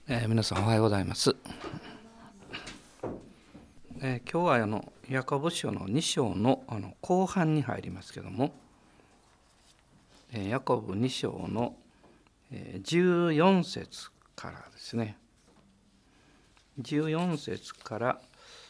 皆さんおはようございます。今日はヤコブ書の2章の後半に入りますけども、ヤコブ2章の14節からですね、14節から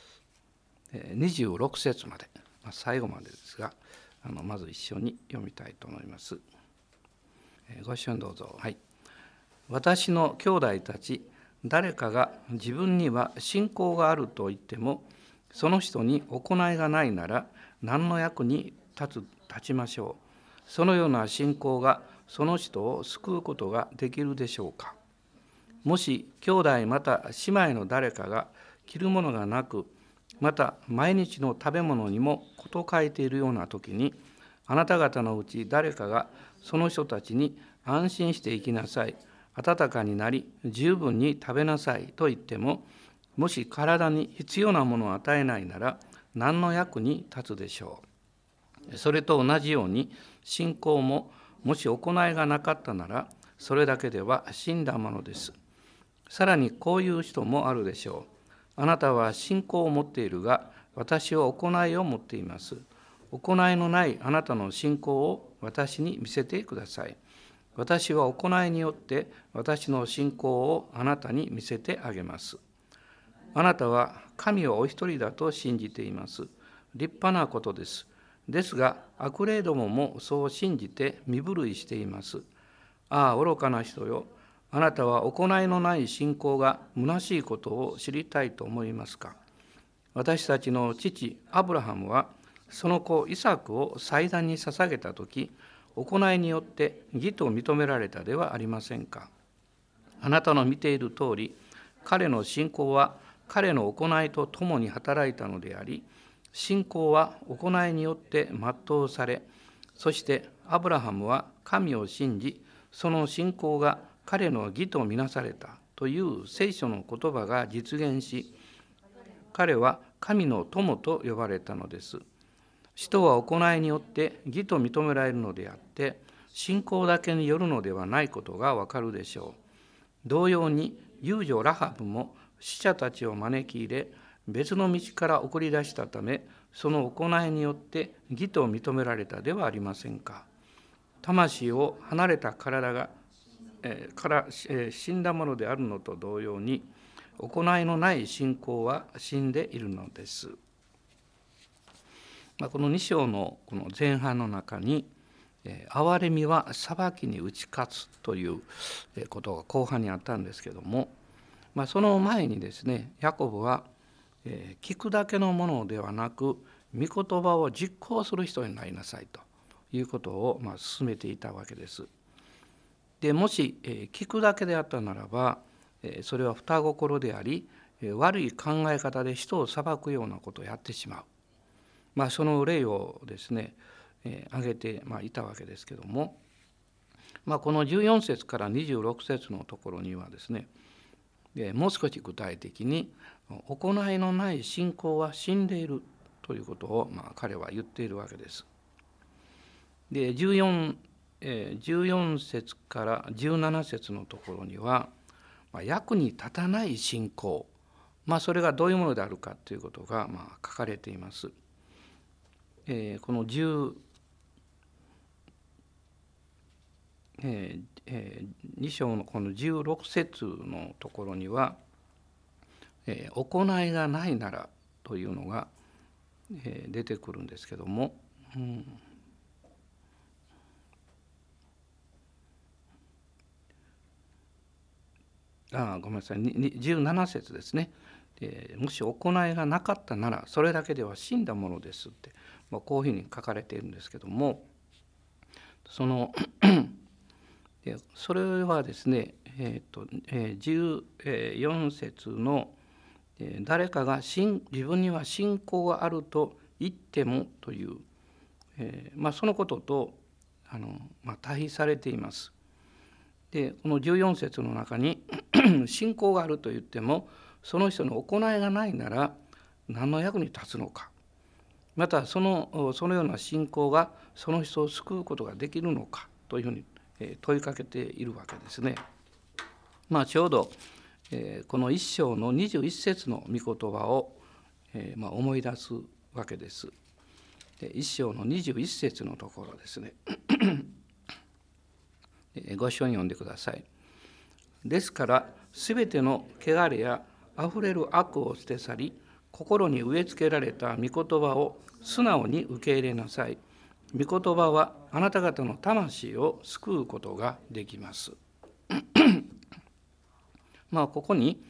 26節まで、最後までですが、まず一緒に読みたいと思います。ご一緒にどうぞ。はい。私の兄弟たち、誰かが自分には信仰があると言っても、その人に行いがないなら何の役に立ちましょう。そのような信仰がその人を救うことができるでしょうか。もし兄弟また姉妹の誰かが着るものがなく、また毎日の食べ物にも事欠いているような時に、あなた方のうち誰かがその人たちに安心して生きなさい、温かになり十分に食べなさいと言っても、もし体に必要なものを与えないなら何の役に立つでしょう。それと同じように信仰ももし行いがなかったならそれだけでは死んだものです。さらにこういう人もあるでしょう。あなたは信仰を持っているが私は行いを持っています。行いのないあなたの信仰を私に見せてください。私は行いによって私の信仰をあなたに見せてあげます。あなたは神はお一人だと信じています。立派なことです。ですが悪霊どももそう信じて身震いしています。ああ愚かな人よ。あなたは行いのない信仰が虚しいことを知りたいと思いますか。私たちの父アブラハムはその子イサクを祭壇に捧げたとき、行いによって義と認められたではありませんか。あなたの見ている通り、彼の信仰は彼の行いとともに働いたのであり、信仰は行いによって全うされ、そしてアブラハムは神を信じ、その信仰が彼の義とみなされたという聖書の言葉が実現し、彼は神の友と呼ばれたのです。人は行いによって義と認められるのであって、信仰だけによるのではないことがわかるでしょう。同様に遊女ラハブも死者たちを招き入れ、別の道から送り出したため、その行いによって義と認められたではありませんか。魂を離れた体が死んだものであるのと同様に、行いのない信仰は死んでいるのです。この2章のこの前半の中に、憐れみは裁きに打ち勝つということが後半にあったんですけども、その前にですね、ヤコブは聞くだけのものではなく、御言葉を実行する人になりなさいということを進めていたわけです。でもし聞くだけであったならば、それは双心であり、悪い考え方で人を裁くようなことをやってしまう。その例をですね、挙げていたわけですけども、この14節から26節のところにはですね、もう少し具体的に行いのない信仰は死んでいるということを彼は言っているわけです。で14節から17節のところには、役に立たない信仰、それがどういうものであるかということが書かれています。この2章のこの16節のところには、行いがないならというのが出てくるんですけども、ごめんなさい、17節ですね。もし行いがなかったならそれだけでは死んだものですって、こういうふうに書かれているんですけども、それはですね、14節の誰かが自分には信仰があると言ってもという、そのことと対比されています。でこの14節の中に信仰があると言ってもその人の行いがないなら何の役に立つのか、またそのような信仰がその人を救うことができるのかというふうに問いかけているわけですね。ちょうどこの一章の21節の御言葉を思い出すわけです。一章の21節のところですね。ご一緒に読んでください。ですからすべての汚れやあふれる悪を捨て去り、心に植え付けられた御言葉を素直に受け入れなさい。御言葉はあなた方の魂を救うことができます。ここに、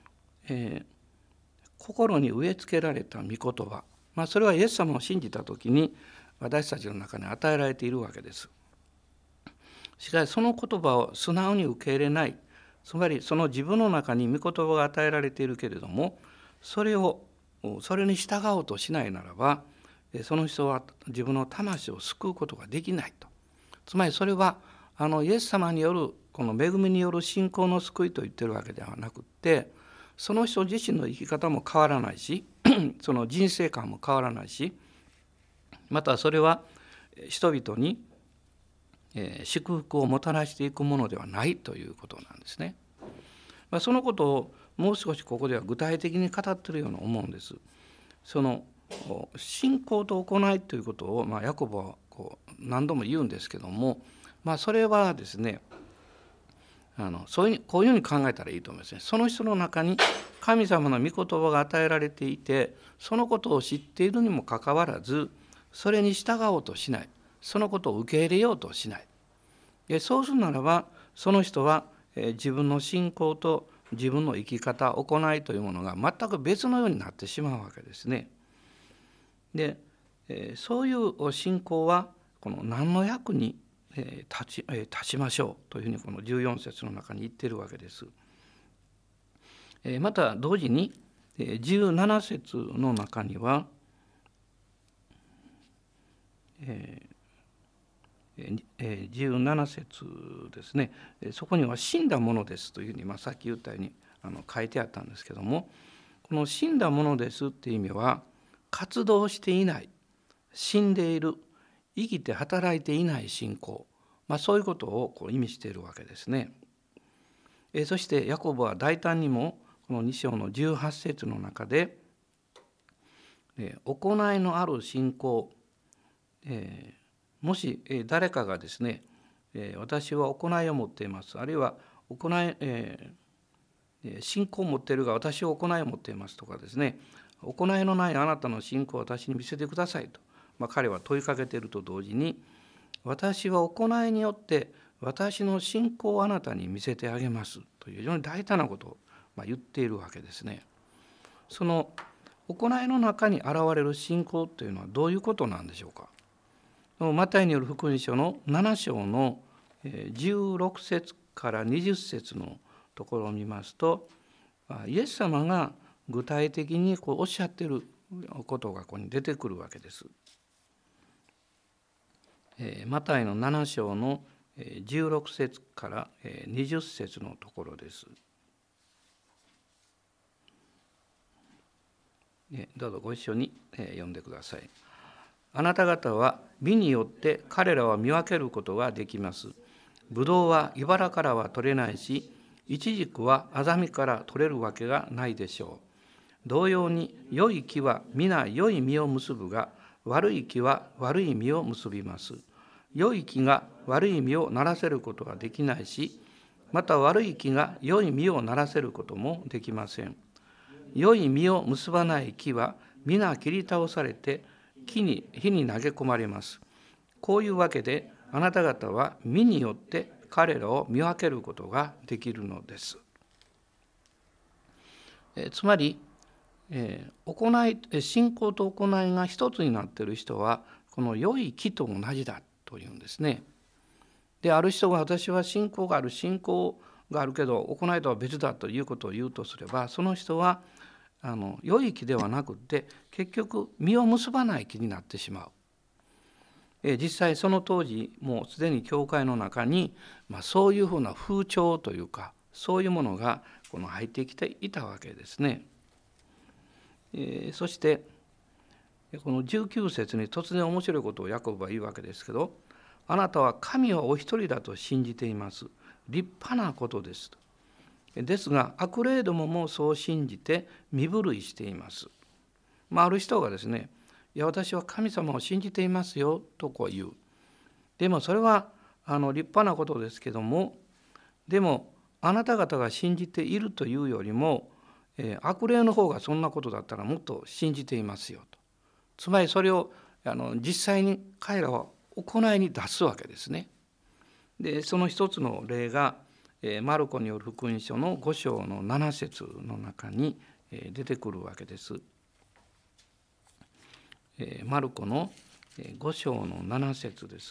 心に植え付けられた御言葉、それはイエス様を信じたときに私たちの中に与えられているわけです。しかしその言葉を素直に受け入れない、つまりその自分の中に御言葉が与えられているけれども、それに従おうとしないならば、その人は自分の魂を救うことができないと。つまりそれはイエス様によるこの恵みによる信仰の救いと言ってるわけではなくって、その人自身の生き方も変わらないしその人生観も変わらないし、またそれは人々に祝福をもたらしていくものではないということなんですね。そのことをもう少しここでは具体的に語っているように思うんです。その信仰と行いということをヤコブは何度も言うんですけども、それはですね、こういうふうに考えたらいいと思いますね。その人の中に神様の御言葉が与えられていて、そのことを知っているにもかかわらず、それに従おうとしない、そのことを受け入れようとしない。そうするならば、その人は自分の信仰と自分の生き方、行いというものが全く別のようになってしまうわけですね。で、そういう信仰はこの何の役に立ちましょうというふうにこの14節の中に言っているわけです。また同時に17節の中には17節ですね、そこには死んだものですというふうにさっき言ったように書いてあったんですけども、この死んだものですっていう意味は活動していない、死んでいる、生きて働いていない信仰、そういうことを意味しているわけですね。そしてヤコブは大胆にもこの2章の18節の中で、行いのある信仰、もし誰かがですね、私は行いを持っています、あるいは信仰を持っているが私は行いを持っていますとかですね、行いのないあなたの信仰を私に見せてくださいと、彼は問いかけていると同時に、私は行いによって私の信仰をあなたに見せてあげますという非常に大胆なことを言っているわけですね。その行いの中に現れる信仰というのはどういうことなんでしょうか。マタイによる福音書の7章の16節から20節のところを見ますと、イエス様が具体的におっしゃっていることがここに出てくるわけです。マタイの7章の16節から20節のところです。どうぞご一緒に読んでください。あなた方は実によって彼らは見分けることができます。ぶどうは茨からは取れないし、イチジクはアザミから取れるわけがないでしょう。同様に良い木は皆良い実を結ぶが、悪い木は悪い実を結びます。良い木が悪い実をならせることができないし、また悪い木が良い実をならせることもできません。良い実を結ばない木は皆切り倒されて火に投げ込まれます。こういうわけであなた方は実によって彼らを見分けることができるのです。つまり信仰と行いが一つになっている人はこの良い木と同じだというんですね。で、ある人が私は信仰があるけど行いとは別だということを言うとすれば、その人は良い木ではなくて結局実を結ばない木になってしまう。実際その当時もうすでに教会の中に、そういうふうな風潮というかそういうものが入ってきていたわけですね。そしてこの19節に突然面白いことをヤコブは言うわけですけど、あなたは神はお一人だと信じています。立派なことですと。 ですが悪霊どももそう信じて身震いしています。ある人がですね、いや私は神様を信じていますよとこう言う。でもそれは立派なことですけども、でもあなた方が信じているというよりも、悪霊の方がそんなことだったらもっと信じていますよと。つまりそれを実際に彼らは行いに出すわけですね。でその一つの例がマルコによる福音書の5章の7節の中に出てくるわけです。マルコの5章の7節です。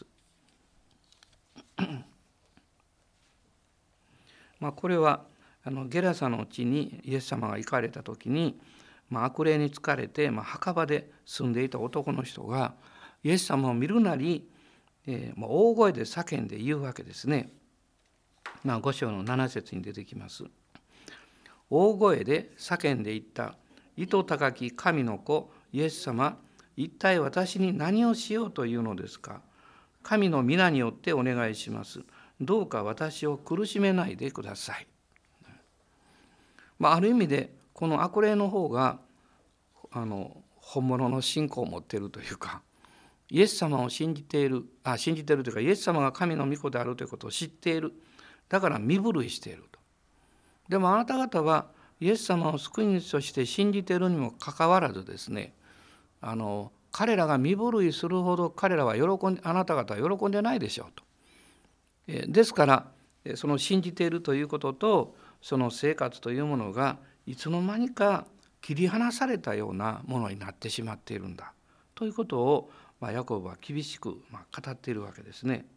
これはゲラサの地にイエス様が行かれた時に、悪霊に疲れて墓場で住んでいた男の人がイエス様を見るなり大声で叫んで言うわけですね。5章の7節に出てきます。大声で叫んでいった。糸高き神の子イエス様、一体私に何をしようというのですか。神の皆によってお願いします。どうか私を苦しめないでください。ある意味でこの悪霊の方が本物の信仰を持っているというか、イエス様を信じているというか、イエス様が神の御子であるということを知っている。だから身震いしていると。でもあなた方はイエス様を救い主として信じているにもかかわらずですね、彼らが身震いするほど彼らはあなた方は喜んでないでしょうと。ですからその信じているということとその生活というものがいつの間にか切り離されたようなものになってしまっているんだということをヤコブは厳しく語っているわけですね。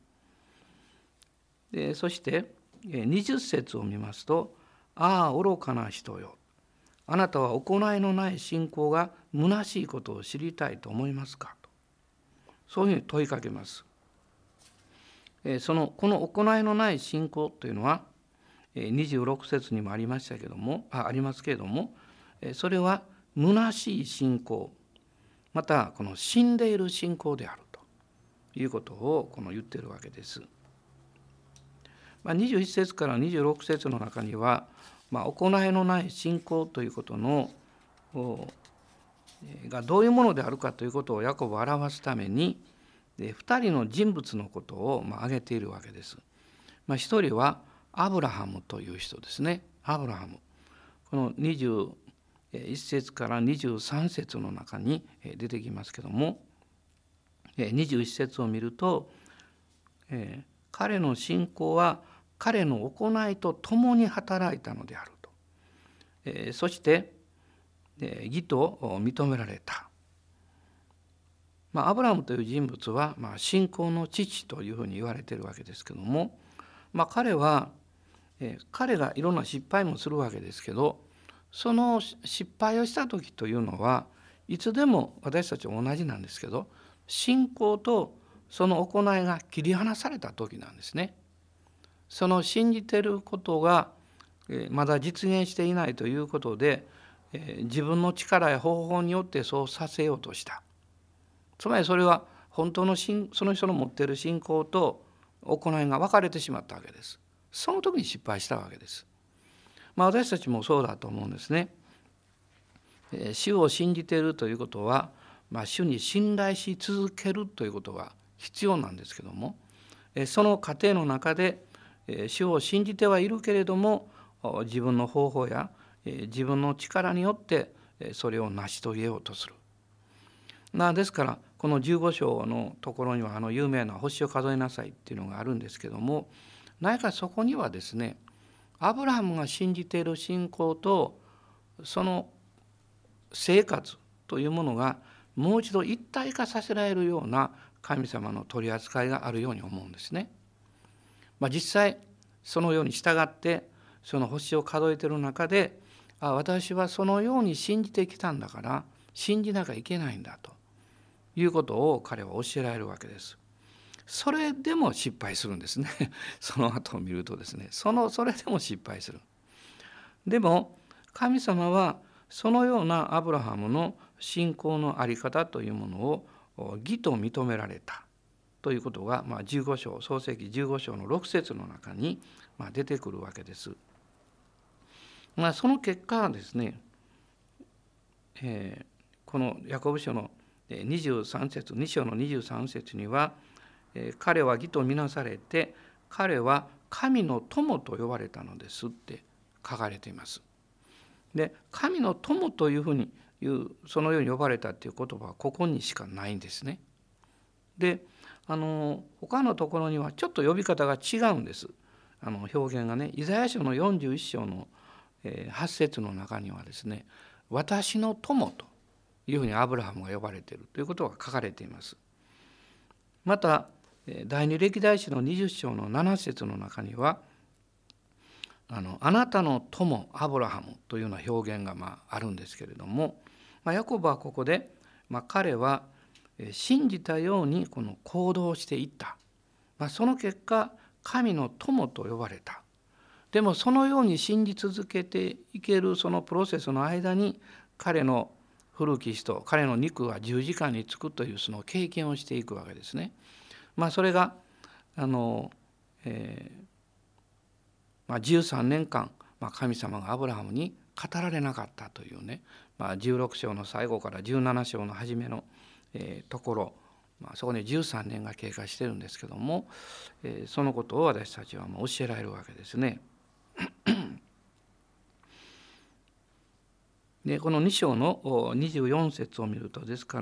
そして20節を見ますと、ああ愚かな人よ、あなたは行いのない信仰が虚しいことを知りたいと思いますかと、そういうふうに問いかけます。この行いのない信仰というのは26節にもありますけれども、それは虚しい信仰、またこの死んでいる信仰であるということを言っているわけです。21節から26節の中には、行いのない信仰ということのがどういうものであるかということをヤコブは表すために2人の人物のことを挙げているわけです。一人はアブラハムという人ですね。アブラハム。この21節から23節の中に出てきますけども、21節を見ると、彼の信仰は彼の行いと共に働いたのであると。そして義と認められた。アブラハムという人物は信仰の父というふうに言われているわけですけども、彼がいろんな失敗もするわけですけど、その失敗をした時というのはいつでも私たちは同じなんですけど、信仰とその行いが切り離された時なんですね。その信じていることがまだ実現していないということで、自分の力や方法によってそうさせようとした。つまりそれは本当のその人の持っている信仰と行いが分かれてしまったわけです。その時に失敗したわけです。私たちもそうだと思うんですね。主を信じているということは、主に信頼し続けるということが必要なんですけども、その過程の中で主を信じてはいるけれども、自分の方法や自分の力によってそれを成し遂げようとする。ですからこの15章のところには有名な星を数えなさいっていうのがあるんですけども、何かそこにはですね、アブラハムが信じている信仰とその生活というものがもう一度一体化させられるような神様の取り扱いがあるように思うんですね。実際そのように従ってその星を数えている中で、私はそのように信じてきたんだから信じなきゃいけないんだということを彼は教えられるわけです。それでも失敗するんですね。その後を見るとですね、それでも失敗する。でも神様はそのようなアブラハムの信仰の在り方というものを義と認められたということが15章、創世記15章の6節の中に出てくるわけです。 その結果ですね、このヤコブ書の23節、2章の23節には、彼は義とみなされて、彼は神の友と呼ばれたのですって書かれています。で、神の友というふうにそのように呼ばれたっていう言葉はここにしかないんですね。で、他のところにはちょっと呼び方が違うんです。表現がね、イザヤ書の41章の8節の中にはですね、私の友というふうにアブラハムが呼ばれているということが書かれています。また第二歴代史の20章の7節の中には、あなたの友アブラハムというような表現があるんですけれども、ヤコブはここで、彼は信じたようにこの行動していった、その結果神の友と呼ばれた。でもそのように信じ続けていけるそのプロセスの間に、彼の古き人、彼の肉が十字架につくというその経験をしていくわけですね。それが13年間、神様がアブラハムに語られなかったというね、16章の最後から17章の初めのところ、そこに13年が経過しているんですけども、そのことを私たちは教えられるわけですね。で、この2章の24節を見ると、ですから、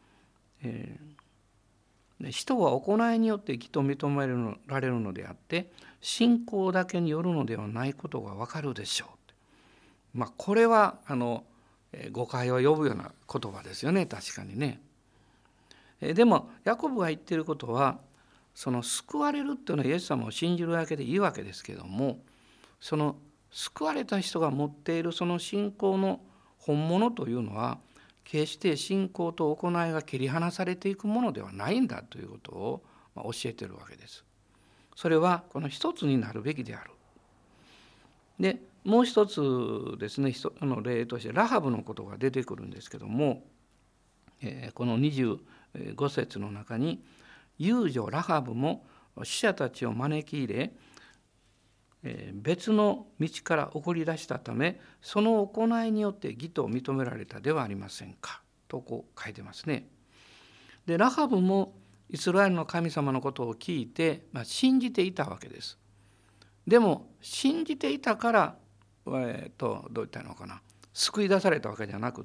人は行いによって義と認められるのであって、信仰だけによるのではないことがわかるでしょう。これは誤解を呼ぶような言葉ですよね、確かにね。でもヤコブが言っていることは、その救われるっていうのはイエス様を信じるだけでいいわけですけれども、その救われた人が持っているその信仰の本物というのは、決して信仰と行いが切り離されていくものではないんだということを教えているわけです。それはこの一つになるべきである。で、もう一つですね、例としてラハブのことが出てくるんですけども、この25節の中に、遊女ラハブも死者たちを招き入れ、別の道から送り出したため、その行いによって義と認められたではありませんかとこう書いてますね。で、ラハブもイスラエルの神様のことを聞いて、信じていたわけです。でも信じていたから、どう言ったのかな、救い出されたわけじゃなくって、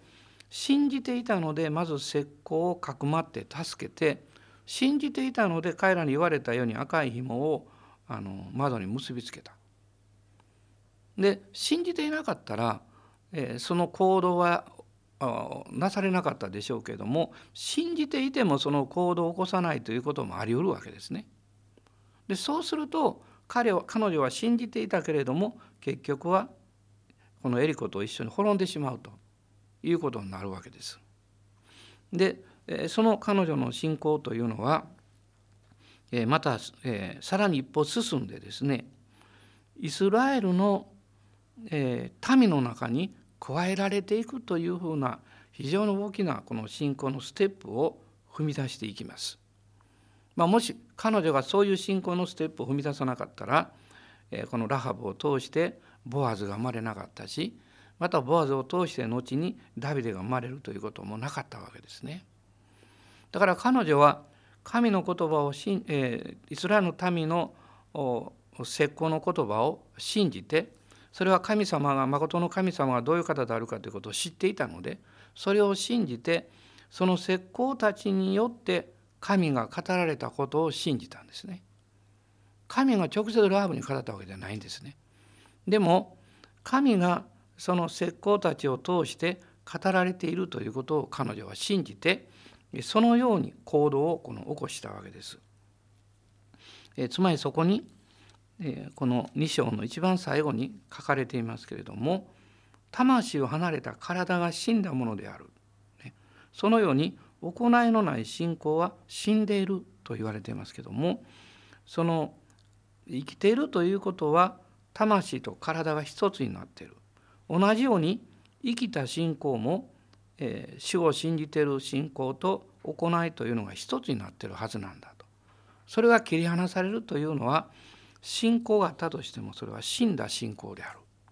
信じていたのでまず石膏をかくまって助けて、信じていたので彼らに言われたように赤い紐を窓に結びつけた。で、信じていなかったら、その行動はなされなかったでしょうけれども、信じていてもその行動を起こさないということもあり得るわけですね。で、そうすると彼女は信じていたけれども、結局はこのエリコと一緒に滅んでしまうということになるわけです。で、その彼女の信仰というのは、また、さらに一歩進んでですね、イスラエルの、民の中に加えられていくというふうな非常に大きなこの信仰のステップを踏み出していきます。もし彼女がそういう信仰のステップを踏み出さなかったら、このラハブを通してボアズが生まれなかったし、またボアズを通して後にダビデが生まれるということもなかったわけですね。だから彼女は神の言葉をイスラエルの民の石膏の言葉を信じて、それは神様が、誠の神様がどういう方であるかということを知っていたので、それを信じて、その石膏たちによって神が語られたことを信じたんですね。神が直接ラハブに語ったわけではないんですね。でも神がその石膏たちを通して語られているということを彼女は信じて、そのように行動を起こしたわけです。つまりそこにこの2章の一番最後に書かれていますけれども、魂を離れた体が死んだものである。そのように行いのない信仰は死んでいると言われていますけれども、その生きているということは魂と体が一つになっている。同じように生きた信仰も、主を信じている信仰と行いというのが一つになっているはずなんだと。それが切り離されるというのは、信仰があったとしてもそれは死んだ信仰である。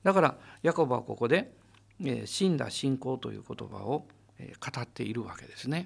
だからヤコブはここで死んだ信仰という言葉を語っているわけですね。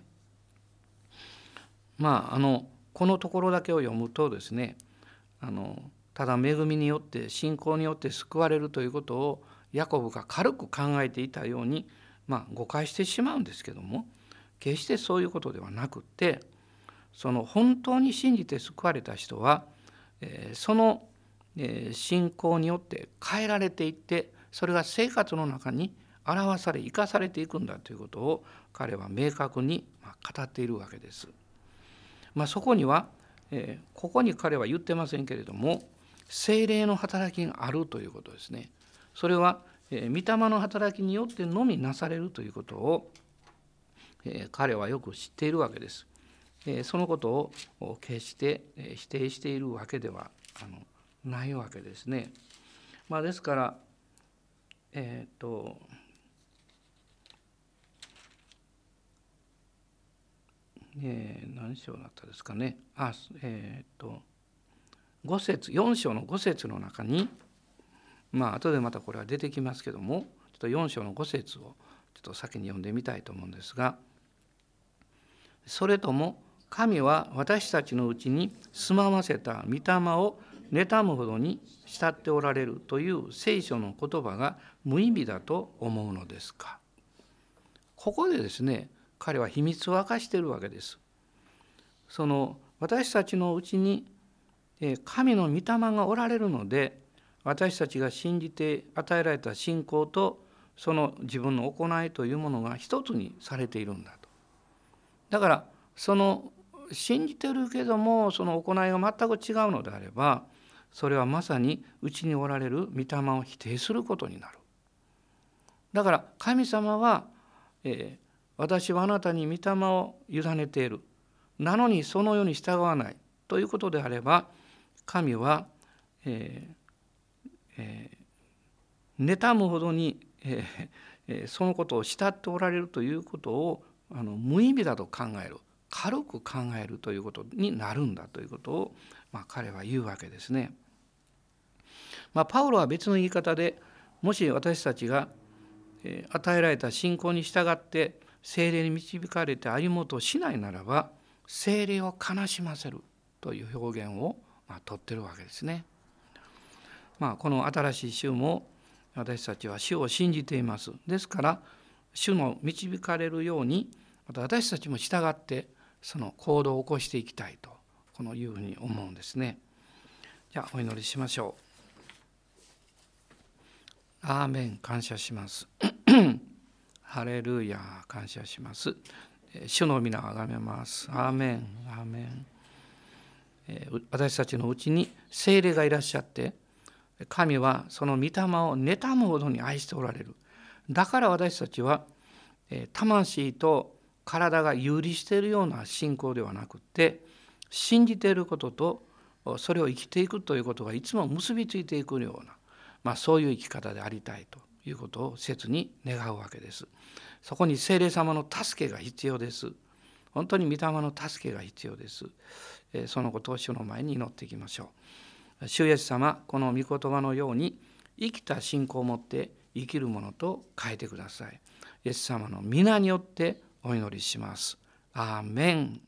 このところだけを読むとですね、ただ恵みによって信仰によって救われるということをヤコブが軽く考えていたように、誤解してしまうんですけども、決してそういうことではなくて、その本当に信じて救われた人はその信仰によって変えられていって、それが生活の中に表され生かされていくんだということを彼は明確に語っているわけです。そこにはここに彼は言ってませんけれども、聖霊の働きがあるということですね。それは御霊の働きによってのみなされるということを彼はよく知っているわけです。そのことを決して否定しているわけではないわけですね。ですから何章だったですかね。5節4章の5節の中に、後でまたこれは出てきますけども、ちょっと4章の5節をちょっと先に読んでみたいと思うんですが、それとも神は私たちのうちに住まわせた御霊を妬むほどに慕っておられるという聖書の言葉が無意味だと思うのですか。ここでですね、彼は秘密を明かしているわけです。その私たちのうちに神の御霊がおられるので、私たちが信じて与えられた信仰とその自分の行いというものが一つにされているんだと。だからその信じてるけどもその行いが全く違うのであれば、それはまさにうちにおられる御霊を否定することになる。だから神様は、私はあなたに御霊を委ねている、なのにそのように従わないということであれば、神は、妬むほどに、そのことを慕っておられるということを無意味だと考える、軽く考えるということになるんだということを、彼は言うわけですね。パウロは別の言い方で、もし私たちが与えられた信仰に従って聖霊に導かれて歩もうとしないならば、聖霊を悲しませるという表現を取ってるわけですね。この新しい週も私たちは主を信じています。ですから主の導かれるようにまた私たちも従ってその行動を起こしていきたいとこのいうふうに思うんですね。じゃあお祈りしましょう。アーメン。感謝しますハレルヤ。感謝します。主の皆をあがめます。アーメン。アーメン。私たちのうちに聖霊がいらっしゃって、神はその御霊を妬むほどに愛しておられる。だから私たちは魂と体が有利しているような信仰ではなくて、信じていることとそれを生きていくということがいつも結びついていくような、そういう生き方でありたいということを切に願うわけです。そこに聖霊様の助けが必要です。本当に御霊の助けが必要です。そのことを主の前に祈っていきましょう。主イエス様、この御言葉のように生きた信仰を持って生きるものと変えてください。イエス様の皆によってお祈りします。アーメン。